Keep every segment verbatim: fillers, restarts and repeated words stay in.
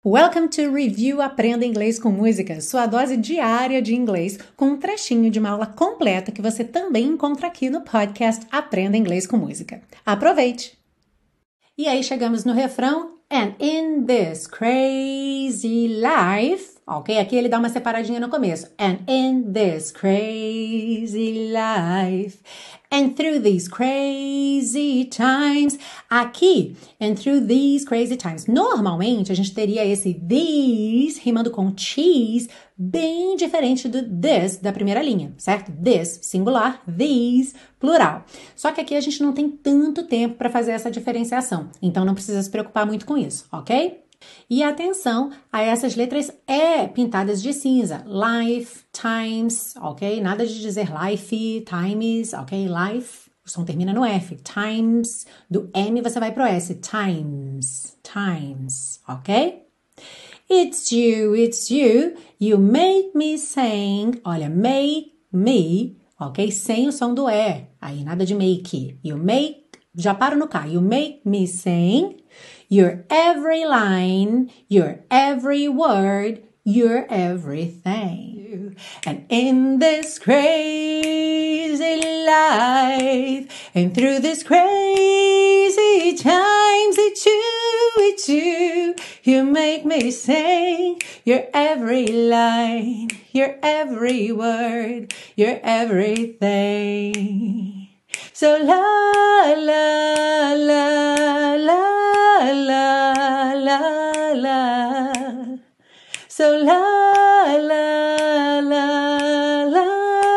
Welcome to Review Aprenda Inglês com Música, sua dose diária de inglês, com um trechinho de uma aula completa que você também encontra aqui no podcast Aprenda Inglês com Música. Aproveite! E aí chegamos no refrão. And in this crazy life, ok? Aqui ele dá uma separadinha no começo. And in this crazy life, and through these crazy times. Aqui, and through these crazy times. Normalmente, a gente teria esse these rimando com cheese, bem diferente do this da primeira linha, certo? This, singular, these, plural. Só que aqui a gente não tem tanto tempo para fazer essa diferenciação, então não precisa se preocupar muito com isso, ok? E atenção a essas letras E pintadas de cinza. Life, times, ok? Nada de dizer life, times, ok? Life, o som termina no F. Times, do M você vai pro S. Times, times, ok? It's you, it's you, you make me sing. Olha, make me, ok? Sem o som do E. Aí nada de make. You make, já paro no K. You make me sing. Your every line, your every word, your everything. And in this crazy life, and through this crazy times, it's you, it's you, you make me sing. Your every line, your every word, your everything. So la la la la la la la. So la la la la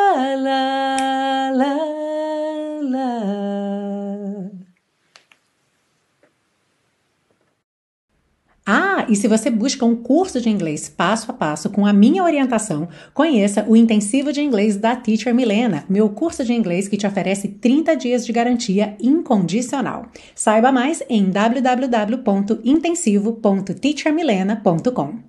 la la la. Ah, e se você busca um curso de inglês passo a passo com a minha orientação, conheça o Intensivo de Inglês da Teacher Milena, meu curso de inglês que te oferece trinta dias de garantia incondicional. Saiba mais em w w w ponto intensivo ponto teacher milena ponto com.